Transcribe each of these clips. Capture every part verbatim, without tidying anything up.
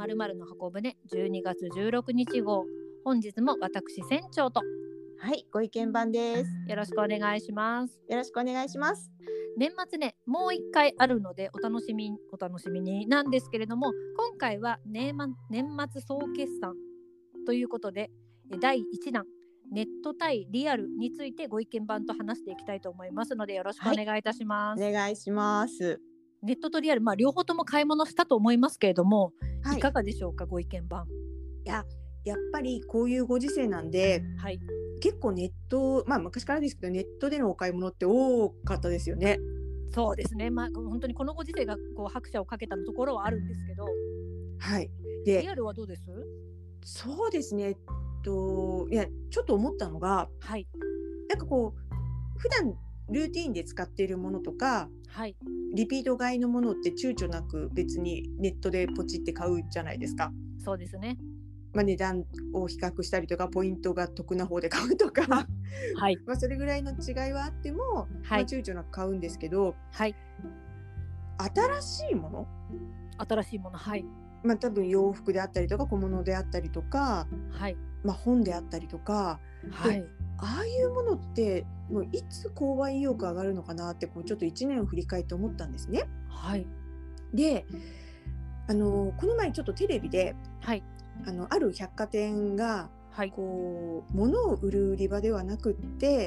〇〇の箱舟じゅうにがつじゅうろくにち号、本日も私船長とはいご意見番です。 よろしくお願いします。 よろしくお願いします。 年末ねもう一回あるのでお楽しみお楽しみになんですけれども、今回は年末、年末総決算ということでだいいちだんネット対リアルについてご意見番と話していきたいと思いますのでよろしくお願いいたします。 はい、お願いします。 ネットとリアル、まあ、両方とも買い物したと思いますけれども、はい、いかがでしょうか、ご意見番。 いや、やっぱりこういうご時世なんで、はい、結構ネット、まあ昔からですけどネットでのお買い物って多かったですよね。 そうですね、まあ、本当にこのご時世がこう拍車をかけたところはあるんですけど、 はい、でリアルはどうです？ そうですね、えっと、いやちょっと思ったのが、はい、なんかこう普段ルーティーンで使っているものとか、はい、リピート買いのものって躊躇なく別にネットでポチって買うじゃないですか。 そうですね、 まあ、値段を比較したりとかポイントが得な方で買うとか、はい、まあそれぐらいの違いはあっても、はい、まあ、躊躇なく買うんですけど、はい、新しいもの新しいもの、はい、 まあ、多分洋服であったりとか小物であったりとか、はい、まあ、本であったりとか、はい、ああいうものってもういつ購買意欲上がるのかなってこうちょっといちねんを振り返って思ったんですね。はい、であのこの前ちょっとテレビで、はい、あのある百貨店が、はい、こう物を売る売り場ではなくって、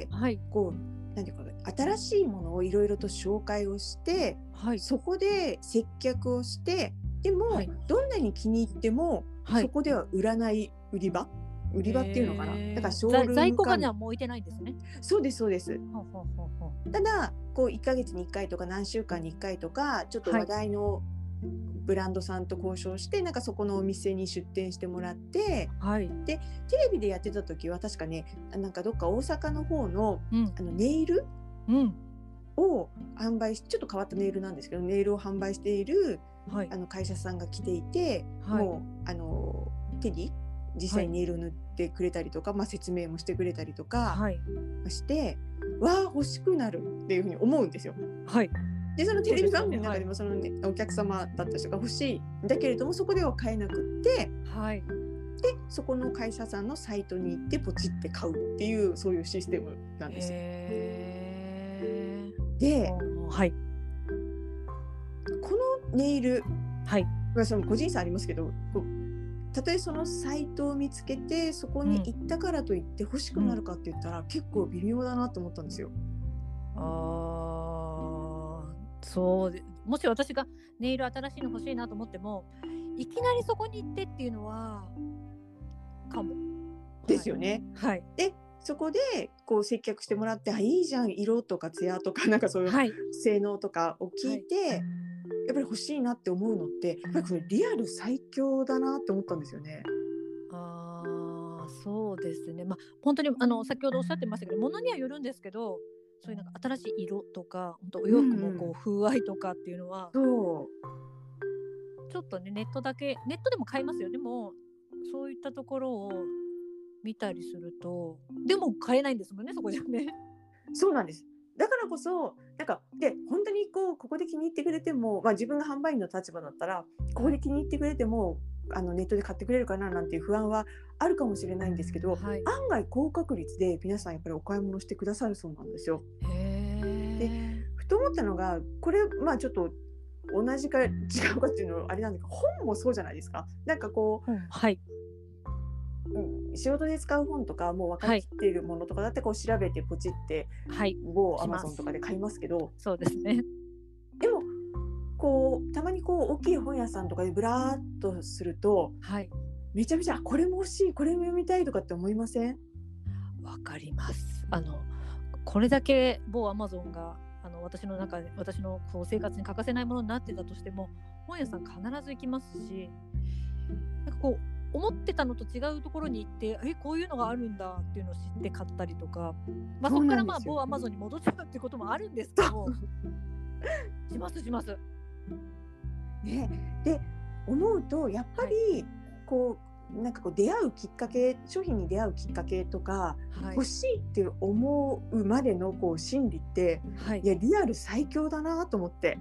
はい、こうなんていうか新しいものをいろいろと紹介をして、はい、そこで接客をしてでも、はい、どんなに気に入っても、はい、そこでは売らない売り場売り場っていうのかな、だからショールーム在庫がねはもう置いてないんですね。 そうですそうです。ほうほうほうほう。ただこういっかげつにいっかいとか何週間にいっかいとかちょっと話題のブランドさんと交渉して、はい、なんかそこのお店に出店してもらって、はい、でテレビでやってた時は確かねなんかどっか大阪の方の、うん、あのネイル、うんを販売しちょっと変わったネイルなんですけどネイルを販売している、はい、あの会社さんが来ていて、はい、もうあの手に実際にネイルを塗ってくれたりとか、はいまあ、説明もしてくれたりとかして、はい、わあ欲しくなるっていうふうに思うんですよ。はい、でそのテレビ番組の中でもその、ね、お客様だった人が欲しいんだけれどもそこでは買えなくって、はい、でそこの会社さんのサイトに行ってポチって買うっていうそういうシステムなんですよ。で、はい、このネイル、はい、その個人差ありますけどたとえそのサイトを見つけてそこに行ったからといって欲しくなるかって言ったら、うん、結構微妙だなと思ったんですよ。 あそうでもし私がネイル新しいの欲しいなと思ってもいきなりそこに行ってっていうのはかもですよね。はい、でそこでこう接客してもらってあいいじゃん色とかツヤとかなんかそういう性能とかを聞いて、はい、やっぱり欲しいなって思うのってやっぱりこれリアル最強だなって思ったんですよね。 あそうですね、まあ、本当にあの先ほどおっしゃってましたけど物にはよるんですけどそういうなんか新しい色とか本当お洋服もこう風合いとかっていうのは、うんうん、そうちょっとねネットだけネットでも買いますよ。でもそういったところを見たりするとでも買えないんですもんねそこじゃね。 そうなんです。だからこそなんかで本当にこうここで気に入ってくれても、まあ、自分が販売員の立場だったらここで気に入ってくれてもあのネットで買ってくれるかななんていう不安はあるかもしれないんですけど、はい、案外高確率で皆さんやっぱりお買い物してくださるそうなんですよ。へでふと思ったのがこれまあちょっと同じか違うかっていうのはあれなんだけど本もそうじゃないですか。なんかこう、うん、はいうん、仕事で使う本とかもう分かりきっているものとかだってこう調べてポチって、はい、某アマゾンとかで買いますけど、 そうですね。 でもこうたまにこう大きい本屋さんとかでブラーっとすると、はい、めちゃめちゃこれも欲しいこれも読みたいとかって思いません？ わかります。あのこれだけ某アマゾンがあの私の中で私のこう生活に欠かせないものになってたとしても本屋さん必ず行きますし、なんかこう思ってたのと違うところに行ってえこういうのがあるんだっていうのを知って買ったりとか、まあ、そこからまあ某アマゾンに戻っちゃうっていうこともあるんですけどしますします。 ね、で思うとやっぱりこう、はい、なんかこう出会うきっかけ商品に出会うきっかけとか、はい、欲しいって思うまでのこう心理って、はい、いやリアル最強だなと思って。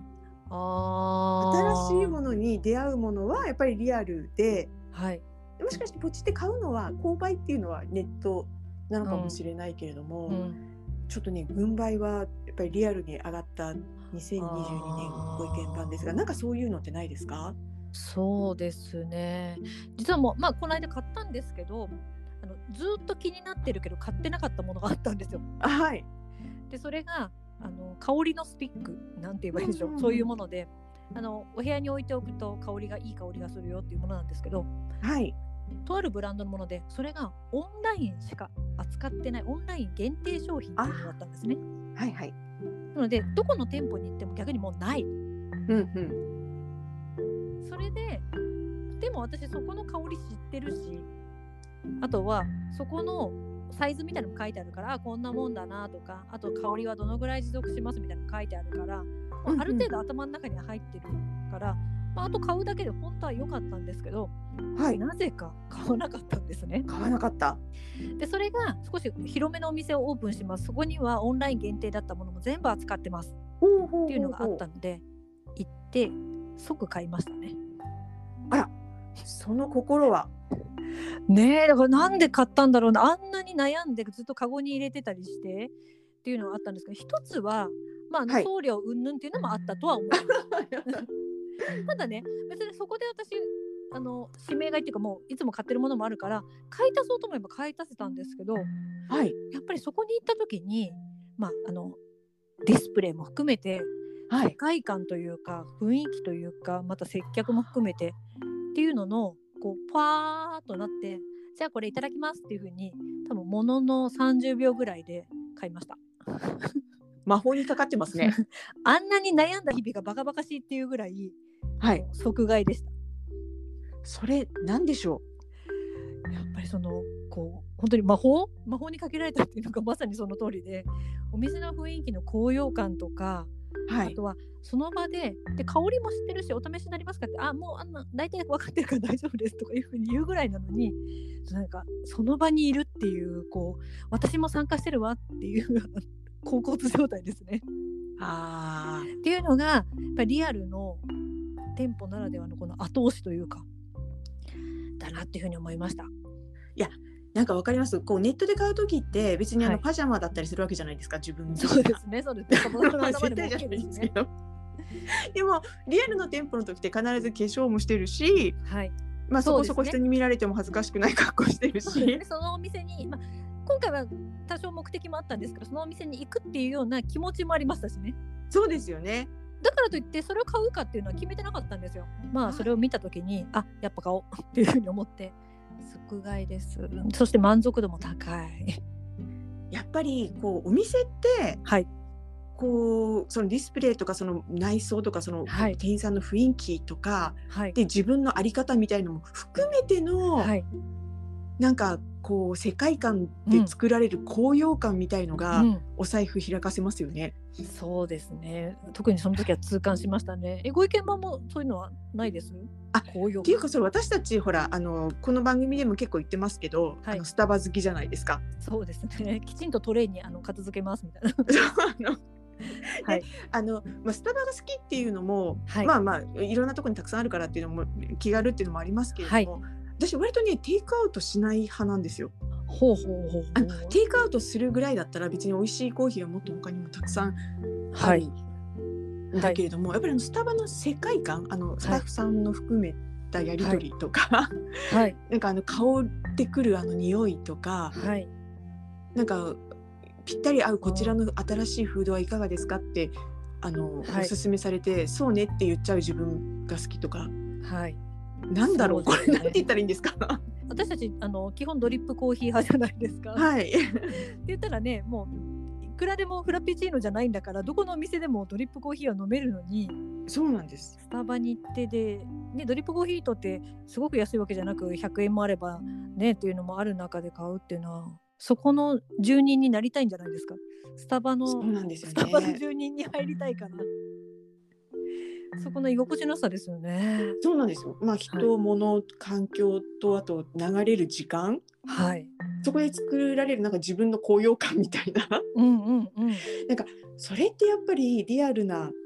あ新しいものに出会うものはやっぱりリアルで、 はい、 もしかしてポチって買うのは購買っていうのはネットなのかもしれないけれども、 うんうん、 ちょっとね軍配はやっぱりリアルに上がったにせんにじゅうにねんご意見版ですが、なんかそういうのってないですか？ そうですね。実はもう、まあ、この間買ったんですけど、あのずっと気になってるけど買ってなかったものがあったんですよ。 はい。 でそれがあの香りのスティックなんて言えばいいんでしょう、 うんうんうん、 そういうもので、あのお部屋に置いておくと香りがいい香りがするよっていうものなんですけど、 はい。 とあるブランドのもので、それがオンラインしか扱ってないオンライン限定商品っていうのがあったんですね。 はいはい。 なのでどこの店舗に行っても逆にもうない。 うんうん。 それででも私そこの香り知ってるし、あとはそこのサイズみたいなのも書いてあるから、こんなもんだなとか、あと香りはどのぐらい持続しますみたいなのも書いてあるから、もうある程度頭の中には入ってるから、まあ、あと買うだけで本当は良かったんですけど、 はい。 なぜか買わなかったんですね。 買わなかった。 でそれが少し広めのお店をオープンします。そこにはオンライン限定だったものも全部扱ってますっていうのがあったので、行って即買いましたね。 あら、その心は。 ねえ、だからなんで買ったんだろうな、あんなに悩んでずっとカゴに入れてたりしてっていうのはあったんですけど、一つは、まあ、あのはい。 送料云々っていうのもあったとは思いますただね、別にそこで私あの指名買いっていうか、もういつも買ってるものもあるから買い足そうと思えば買い足せたんですけど、 はい。 やっぱりそこに行った時に、まあ、あのディスプレイも含めて世はい。 界観というか雰囲気というか、また接客も含めてっていうののこうパーっとなって、じゃあこれいただきますっていう風に多分もののさんじゅうびょうぐらいで買いました魔法にかかってますね。 あんなに悩んだ日々がバカバカしいっていうぐらい、 はい。 即買いでした。 それなんでしょう。やっぱりそのこう本当に魔法魔法にかけられたっていうのがまさにその通りで、お店の雰囲気の高揚感とか、 はい。 あとはその場でで香りも知ってるし、お試しになりますかって、あもうあんな大体分かってるから大丈夫ですとかいうふうに言うぐらいなのに、なんかその場にいるっていうこう私も参加してるわっていう恍惚状態ですね。 ああ。 っていうのがやっぱりリアルの店舗ならではのこの後押しというかだなっていうふうに思いました。 いや、なんかわかります。こうネットで買う時って別にあの、 はい、 パジャマだったりするわけじゃないですか、自分自そう身が。 ですね、そうですね。 絶対じゃないですけど。でもリアルの店舗の時って必ず化粧もしてるし、 はい、 まあそこそこね、 人に見られても恥ずかしくない格好してるし、 そうですね、そのお店に、まあ、今回は多少目的もあったんですけど、そのお店に行くっていうような気持ちもありましたしね。 そうですよね。 だからといってそれを買うかっていうのは決めてなかったんですよ。まあそれを見た時に、あやっぱ買おうっていうふうに思って即買いです。そして満足度も高い。 やっぱりこうお店って、 はい、 こうそのディスプレイとかその内装とかそのはい、 店員さんの雰囲気とか、 はい、 で自分の在り方みたいのも含めての、 はい、 なんかこう世界観で作られる高揚感みたいのが、 うん、 お財布開かせますよね。 そうですね。特にその時は痛感しましたね。えご意見番もそういうのはないです？ あ、 高揚っていうかそれ私たちほらあのこの番組でも結構言ってますけど、 はい、 あのスタバ好きじゃないですか。 そうですね。きちんとトレイにあの片付けますみたいな。 あのはい、 であのまあ、スタバが好きっていうのも、 はい、 まあまあいろんなところにたくさんあるからっていうのも気軽っていうのもありますけれども、はい、私割とねテイクアウトしない派なんですよ。 ほうほうほうほう。 あのテイクアウトするぐらいだったら別に美味しいコーヒーはもっと他にもたくさんあるんだけれども、はい、やっぱりあのスタバの世界観、あのスタッフさんの含めたやり取りとか、はい、なんかあの香ってくるあの匂いとか、はい、なんかぴったり合うこちらの新しいフードはいかがですかってあの、はい、おすすめされてそうねって言っちゃう自分が好きとか、はい、なんだろう、これなんて言ったらいいんですか私たちあの基本ドリップコーヒー派じゃないですか。はい。って言ったらね、もういくらでもフラペチーノじゃないんだから、どこのお店でもドリップコーヒーは飲めるのに、 そうなんです。 スタバに行ってで、ね、ドリップコーヒーとってすごく安いわけじゃなくひゃくえんもあればねっていうのもある中で買うっていうのは、そこの住人になりたいんじゃないですか。スタバの、 そうなんですよね、 スタバの住人に入りたいから。そこの居心地の差ですよね。 そうなんですよ。まあ人、はい、物、環境とあと流れる時間、はい、そこで作られるなんか自分の高揚感みたいな、うんうんうん、なんかそれってやっぱりリアルな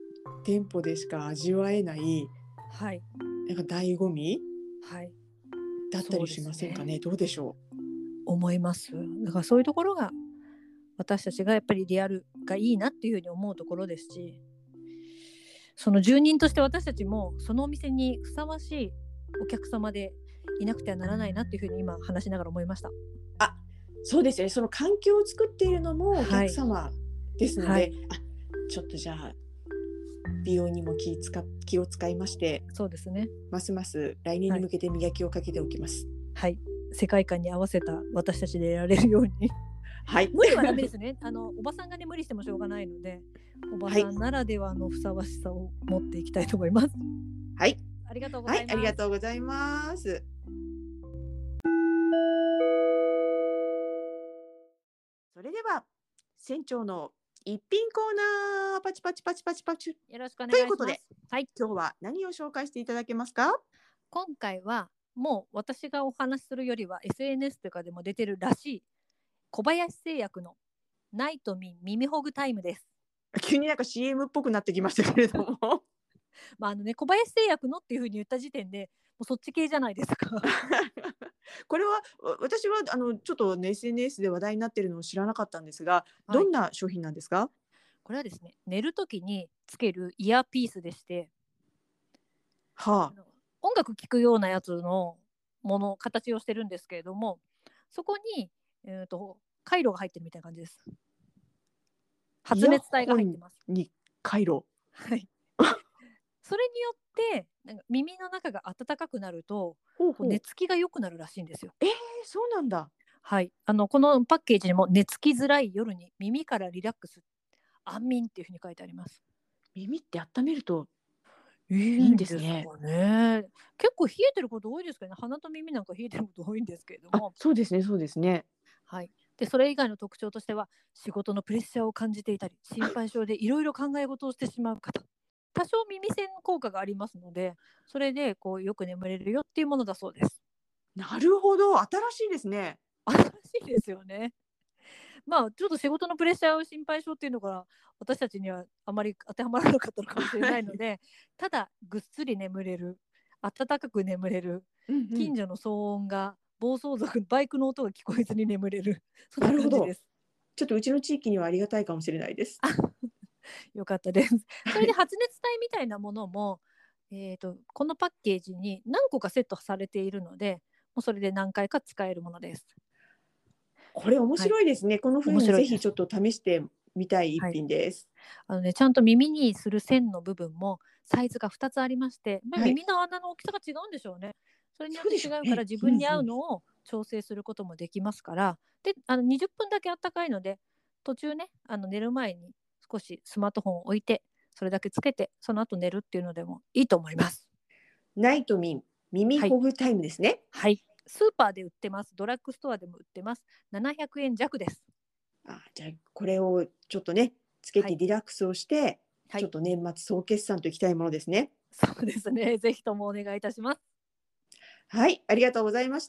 店舗でしか味わえない、 はい、 なんか醍醐味はい、 だったりしませんかね。どうでしょう。 思います。だからそういうところが私たちがやっぱりリアルがいいなっていうふうに思うところですし、その住人として私たちもそのお店にふさわしいお客様でいなくてはならないなっていうふうに今話しながら思いました。 あ、そうですよね。その環境を作っているのもお客様ですので、はい、あ、ちょっとじゃあ美容にも気使気を使いまして、 そうですね。 ますます来年に向けて磨きをかけておきます。 はい、世界観に合わせた私たちでいられるように。はい、無理はダメですね。あのおばさんがね無理してもしょうがないので、おばさんならではのふさわしさを持っていきたいと思います。 はい、 ありがとうございます。 はい、ありがとうございます。それでは船長の一品コーナー、パチパチパチパチパチ。 よろしくお願いします。ということで、 はい、今日は何を紹介していただけますか？ 今回はもう私がお話しするよりは エスエヌエス とかでも出てるらしい小林製薬のナイトミン耳ほぐタイムです。 急になんか シーエム っぽくなってきましたけれどもまああのね、小林製薬のっていう風に言った時点でもうそっち系じゃないですかこれは私はあのちょっと、ね、エスエヌエス で話題になっているのを知らなかったんですが、はい、どんな商品なんですか？ これはですね、寝るときにつけるイヤーピースでして、はあ、音楽聴くようなやつのもの形をしてるんですけれども、そこに、えーと、回路が入ってるみたいな感じです。発熱体が入ってます。 に回路。 はい。それによってなんか耳の中が暖かくなるとほうほう寝つきが良くなるらしいんですよ。 えー、そうなんだ。 はい、あのこのパッケージにも寝つきづらい夜に耳からリラックス安眠っていうふうに書いてあります。 耳って温めるといいんですね。ね、結構冷えてること多いですけどね。鼻と耳なんか冷えてること多いんですけれども。 そうですね、そうですね。 はい。でそれ以外の特徴としては、仕事のプレッシャーを感じていたり、心配性でいろいろ考え事をしてしまう方、多少耳栓効果がありますので、それでこうよく眠れるよっていうものだそうです。 なるほど、新しいですね。 新しいですよね。まあちょっと仕事のプレッシャーを心配性っていうのが私たちにはあまり当てはまらなかったのかもしれないのでただぐっすり眠れる、暖かく眠れる、うんうん、近所の騒音が暴走族バイクの音が聞こえずに眠れる、そんな感じです。 ちょっとうちの地域にはありがたいかもしれないです。 よかったです。それで発熱体みたいなものも、えーと、このパッケージに何個かセットされているので、もうそれで何回か使えるものです。 これ面白いですね。はい、この風にぜひちょっと試してみたい一品です。 はい、あのね、ちゃんと耳にする線の部分もサイズがふたつありまして、まあ、耳の穴の大きさが違うんでしょうね。はい、それによって違うから自分に合うのを調整することもできますから、であのにじゅっぷんだけあったかいので途中ね、あの寝る前に少しスマートフォンを置いてそれだけつけてその後寝るっていうのでもいいと思います。 ナイトミン耳ほぐタイムですね。 はい、はい、スーパーで売ってます。ドラッグストアでも売ってます。ななひゃくえん弱です。 あ、じゃあこれをちょっとねつけてリラックスをして、はい、ちょっと年末総決算といきたいものですね。 そうですね。ぜひともお願いいたします。 はい、ありがとうございました。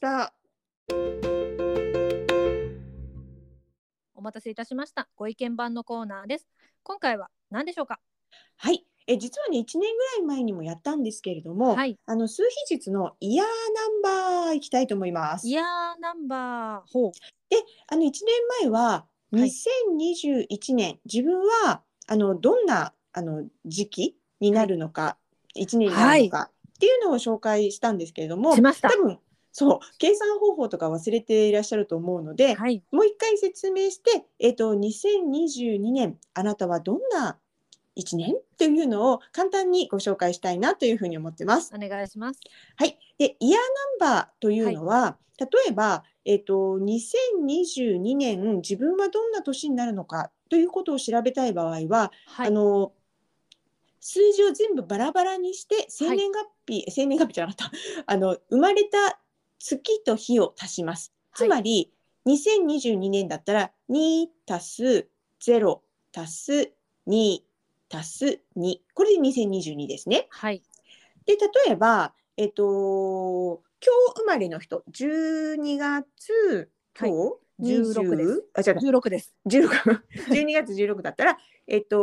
お待たせいたしました。ご意見番のコーナーです。今回は何でしょうか？ はい、え実はねいちねんぐらい前にもやったんですけれども、はい、あの数日日のイヤーナンバーいきたいと思います。 イヤーナンバー、ほう。 で、あのいちねんまえはにせんにじゅういちねん、はい、自分はあのどんなあの時期になるのか、はい、いちねんになるのか、はい、っていうのを紹介したんですけれども、 しました。 多分そう計算方法とか忘れていらっしゃると思うので、はい、もう一回説明して、えーと、にせんにじゅうにねんあなたはどんないちねんというのを簡単にご紹介したいなというふうに思ってます。 お願いします。 はい。で、イヤーナンバーというのは、はい、例えば、えっと、にせんにじゅうにねん自分はどんな年になるのかということを調べたい場合は、はい、あの数字を全部バラバラにして生年月日、はい、生年月日じゃなかったあの生まれた月と日を足します。つまり、はい、にせんにじゅうにねんだったらに足すゼロ足すに足すに、これでにせんにじゅうにですね。 はい。 で、例えば、えっと、今日生まれの人、じゅうにがつ、今日、はい、 じゅうろくです。 あ、違う、 じゅうろくです。 じゅうろく、じゅうにがつじゅうろくだったら、えっと、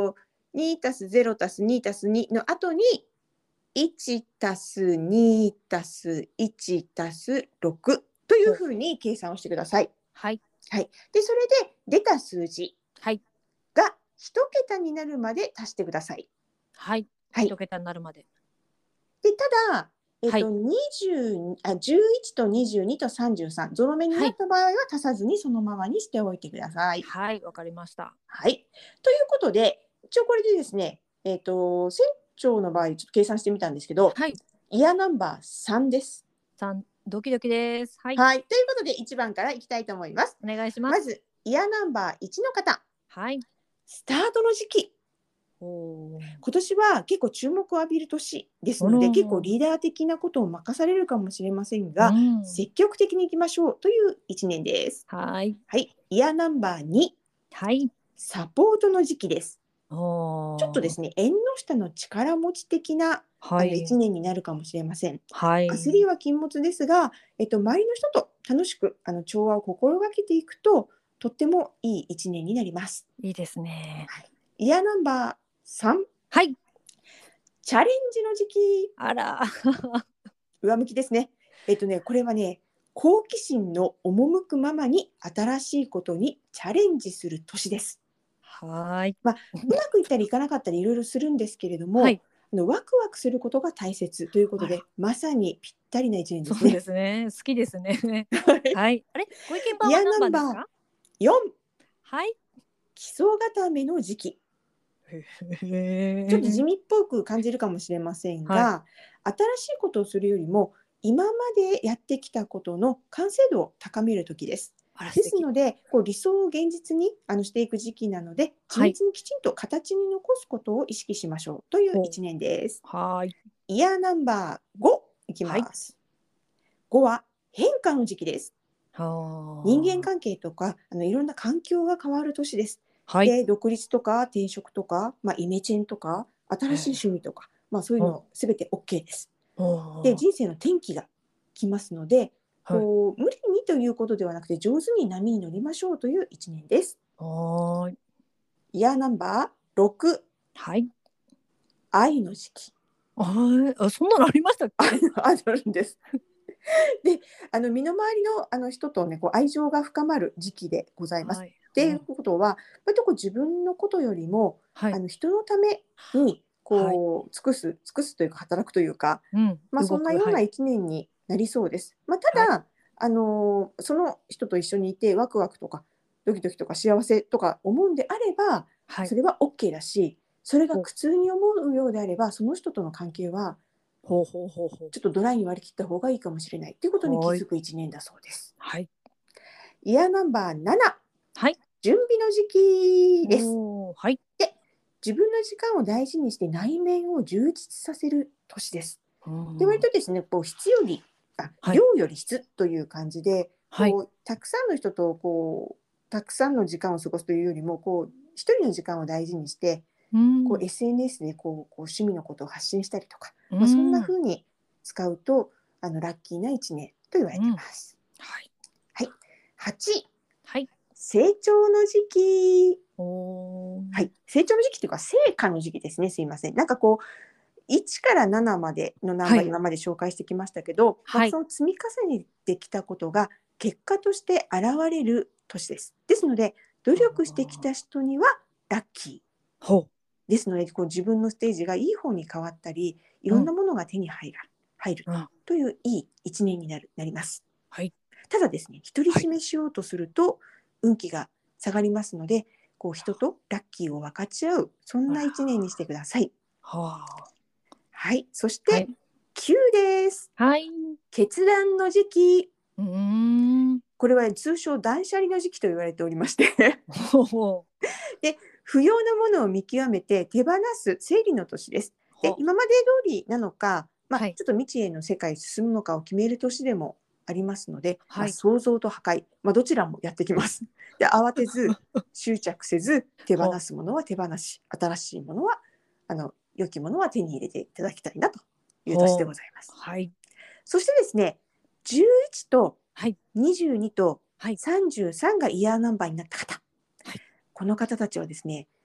にたすゼロたすにたすにの後にいちたすにたすいちたすろくというふうに計算をしてください。 はい。 はい。で、それで出た数字はい。 が一桁になるまで足してください。 はい。 はい。 一桁になるまで。 で、ただ、えっと、 はいにじゅうあじゅういちとにじゅうにとさんじゅうさん、ゾロ目になった場合は足さずにそのままにしておいてください。 はい、わかりました。 はい。ということで、一応これでですね、えっと、船長の場合、ちょっと計算してみたんですけど、 はい。 イヤーナンバーさんです。 さん、ドキドキです。はい。 はい。ということで、いちばんからいきたいと思います。 お願いします。 まず、イヤーナンバーいちの方。 はい。 スタートの時期。 おー。 今年は結構注目を浴びる年ですので、 うん結構リーダー的なことを任されるかもしれませんが、 うん積極的にいきましょうといういちねんです。 はい。 はい。イヤーナンバーに。 はい。 サポートの時期です。 おー。 ちょっとですね、縁の下の力持ち的な、 はあのいちい。 ねんになるかもしれません。 はい。 焦りは禁物ですが、えっと、周りの人と楽しくあの調和を心がけていくと、とってもいいいちねんになります。 いいですね。 はい、イヤーナンバーさん。 はい。 チャレンジの時期。 あら。 上向きですね。えっとね、これはね、好奇心の赴くままに新しいことにチャレンジする年です。 はい。 まあ、うまくいったりいかなかったりいろいろするんですけれども、 はい。 あのワクワクすることが大切ということで、 あらまさにぴったりな一年ですね。 そうですね。好きですね。 はいはい。あれ、ご意見番イヤーは何ナンバー番ですか？ よん。 はい。 基礎固めの時期。 へちょっと地ー。 味っぽく感じるかもしれませんはい。 が、新しいことをするよりも今までやってきたことの完成度を高める時です。 あら、 です素敵。 ので、こう理想を現実にあのしていく時期なので、緻はい。 密にきちんと形に残すことを意識しましょうというほう。 いちねんです。 はい。 イヤーナンバーごいきはい。 ます。ごは変化の時期です。 は人間あ。 関係とかあのいろんな環境が変わる年です。 はい。 で、独立とか転職とか、まあ、イメチェンとか新しい趣味とか、まあ、そういうのすべて OK です。で、 おー。 人生の転機が来ますので、 はい。 こう無理にということではなくて上手に波に乗りましょうといういちねんです。 はーい。 イヤーナンバーろく。 はい。 愛の時期。 はい。あ、そんなのありましたっけ？ あるんです。で、あの身の回りのあの人とね、こう愛情が深まる時期でございます。 はい。 っていううん。 ことは、割とこう自分のことよりも、 はい。 あの人のためにはい。 こう尽くす尽くすというか働くというか、 うん。 まあ、そ動く。はい。 んなようないちねんになりそうです。まあ、たはい。 だ、あのその人と一緒にいてワクワクとかドキドキとか幸せとか思うんであれば、 はい。 それは OK だし、それがほう。 苦痛に思うようであれば、その人との関係はほうほうほうほう。 ちょっとドライに割り切った方がいいかもしれないということに気はい。 づくいちねんだそうです。 はい。 イヤーナンバーなな。 はい。 準備の時期です。 おー。はい。 で、自分の時間を大事にして内面を充実させる年です。 うん。 で、割とですね、こう質よりあはい。 量より質という感じで、 はい。 こうたくさんの人とこうたくさんの時間を過ごすというよりも、こう一人の時間を大事にして、 うこうん。 エスエヌエス でこうこう趣味のことを発信したりとか、 うまあ、そんなん。 風に使うとあのラッキーないちねんと言われています。 はい。 はい。はち、 はい。 成長の時期。 おー。 はい。成長の時期というか成果の時期ですね。すいません。なんかこういちからななまでのナンバーはい。 今まで紹介してきましたけど、まあ、 はい。 その積み重ねてきたことが結果として現れる年です。ですので努力してきた人にはラッキー。 ほう。 ですので、こう自分のステージがいい方に変わったり、いろんなものが手に入る、入るうん。 といういい一年になるなります。 はい。 ただですね、独りはい。 占めしようとすると運気が下がりますので、こう人とラッキーを分かち合う、そんあら。 な一年にしてください。 ははい、そしあ。はてい。 きゅうです。 はい。 決断の時期。 うーん。 これは通称断捨離の時期と言われておりましてほうほう。 で、不要なものを見極めて手放す整理の年です。で、 ほ今まで通りなのか、まあ、 はい。 ちょっと未知への世界に進むのかを決める年でもありますので、まあ、 はい。 創造と破壊、まあ、どちらもやってきます。で、慌てず執着せず手放すものは手放し、新しいものはあの良きものは手に入れていただきたいなという年でございます。 はい。 そしてですね、じゅういちとはい。 にじゅうにとはい。 さんじゅうさんがイヤーナンバーになった方、 はい。 この方たちはですね、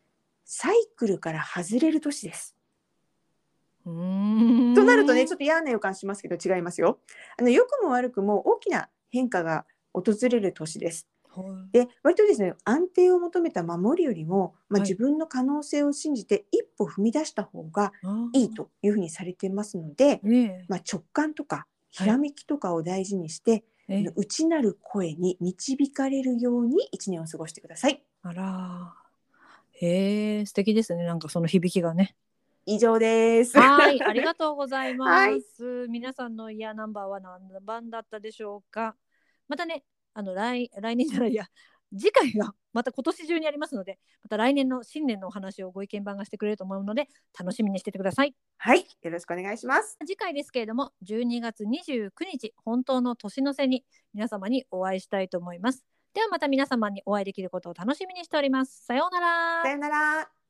サイクルから外れる年です。 うーんとなるとね、ちょっと嫌な予感しますけど違いますよ。あの良くも悪くも大きな変化が訪れる年です。 はいで、割とですね、安定を求めた守りよりも、まあ、 はい自分の可能性を信じて一歩踏み出した方があいいというふうにされていますので、 ーねえまあ、直感とかひはいらめきとかを大事にして、 ええ内なる声に導かれるようにいちねんを過ごしてください。 あらへえ素敵ですねなんかその響きがね。 以上です。 はい、ありがとうございはい。 ます。皆さんのイヤーナンバーは何番だったでしょうか。またね、あの来来年じゃないや、次回がまた今年中にありますので、また来年の新年のお話をご意見番がしてくれると思うので、楽しみにしててください。 はい、よろしくお願いします。 次回ですけれども、じゅうにがつにじゅうくにち、本当の年の瀬に皆様にお会いしたいと思います。ではまた皆様にお会いできることを楽しみにしております。さようなら。 さよなら。